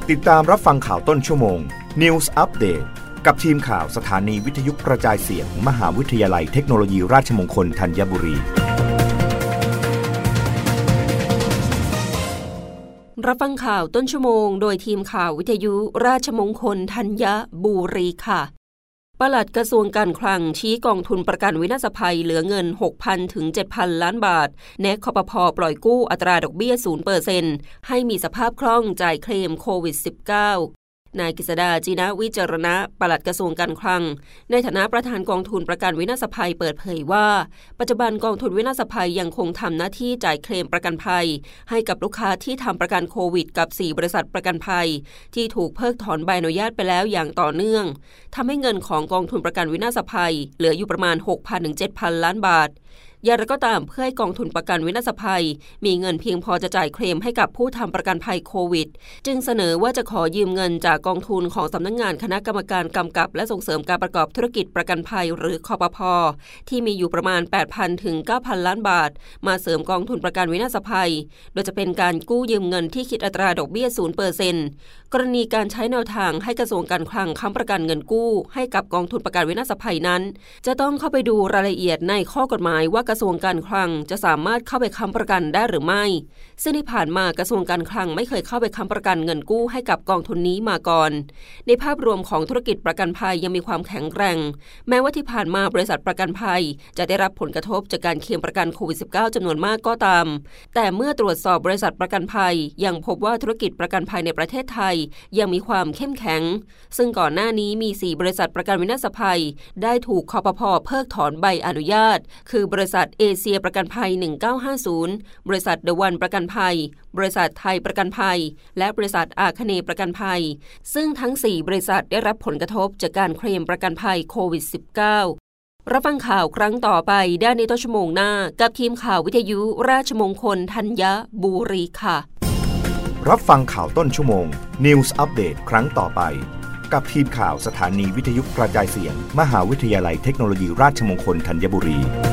ติดตามรับฟังข่าวต้นชั่วโมง News Update กับทีมข่าวสถานีวิทยุกระจายเสียง มหาวิทยาลัยเทคโนโลยีราชมงคลธัญบุรีรับฟังข่าวต้นชั่วโมงโดยทีมข่าววิทยุราชมงคลธัญบุรีค่ะปลัดกระทรวงการคลังชี้กองทุนประกันวินาศภัยเหลือเงิน 6,000 ถึง 7,000 ล้านบาทแนะคปภ.ปล่อยกู้อัตราดอกเบี้ย 0% ให้มีสภาพคล่องจ่ายเคลมโควิด -19 นายกฤษดา จีนะวิจารณะปลัดกระทรวงการคลังในฐานะประธานกองทุนประกันวินาศภัยเปิดเผยว่าปัจจุบันกองทุนวินาศภัยยังคงทำหน้าที่จ่ายเคลมประกันภัยให้กับลูกค้าที่ทำประกันโควิดกับ4บริษัทประกันภัยที่ถูกเพิกถอนใบอนุญาตไปแล้วอย่างต่อเนื่องทำให้เงินของกองทุนประกันวินาศภัยเหลืออยู่ประมาณ 6,000 ถึง 7,000 ล้านบาทอย่างไรก็ตามเพื่อให้กองทุนประกันวินาศภัยมีเงินเพียงพอจะจ่ายเคลมให้กับผู้ทำประกันภัยโควิดจึงเสนอว่าจะขอยืมเงินจากกองทุนของสำนักงานคณะกรรมการกำกับและส่งเสริมการประกอบธุรกิจประกันภัยหรือคปภ.ที่มีอยู่ประมาณ 8,000 ถึง 9,000 ล้านบาทมาเสริมกองทุนประกันวินาศภัยโดยจะเป็นการกู้ยืมเงินที่คิดอัตราดอกเบี้ย 0% กรณีการใช้แนวทางให้กระทรวงการคลังค้ำประกันเงินกู้ให้กับกองทุนประกันวินาศภัยนั้นจะต้องเข้าไปดูรายละเอียดในข้อกฎหมายว่ากระทรวงการคลังจะสามารถเข้าไปค้ำประกันได้หรือไม่ซึ่งที่ผ่านมากระทรวงการคลังไม่เคยเข้าไปค้ำประกันเงินกู้ให้กับกองทุนนี้มาก่อนในภาพรวมของธุรกิจประกันภัยยังมีความแข็งแกร่งแม้ว่าที่ผ่านมาบริษัทประกันภัยจะได้รับผลกระทบจากการเคลมประกันโควิด -19 จำนวนมากก็ตามแต่เมื่อตรวจสอบบริษัทประกันภัยยังพบว่าธุรกิจประกันภัยในประเทศไทยยังมีความเข้มแข็งซึ่งก่อนหน้านี้มี4บริษัทประกันวินาศภัยได้ถูกคปภ.เพิกถอนใบอนุญาตคือบริษัทเอเชียประกันภัย1950บริษัทเดอะวันประกันภัยบริษัทไทยประกันภัยและบริษัทอาคเนย์ประกันภัยซึ่งทั้ง4บริษัทได้รับผลกระทบจากการเคลมประกันภัยโควิด -19 รับฟังข่าวครั้งต่อไปได้ในต้นชั่วโมงหน้ากับทีมข่าววิทยุราชมงคลธัญบุรีค่ะรับฟังข่าวต้นชั่วโมง News Update ครั้งต่อไปกับทีมข่าวสถานีวิทยุกระจายเสียง มหาวิทยาลัยเทคโนโลยีราชมงคลธัญบุรี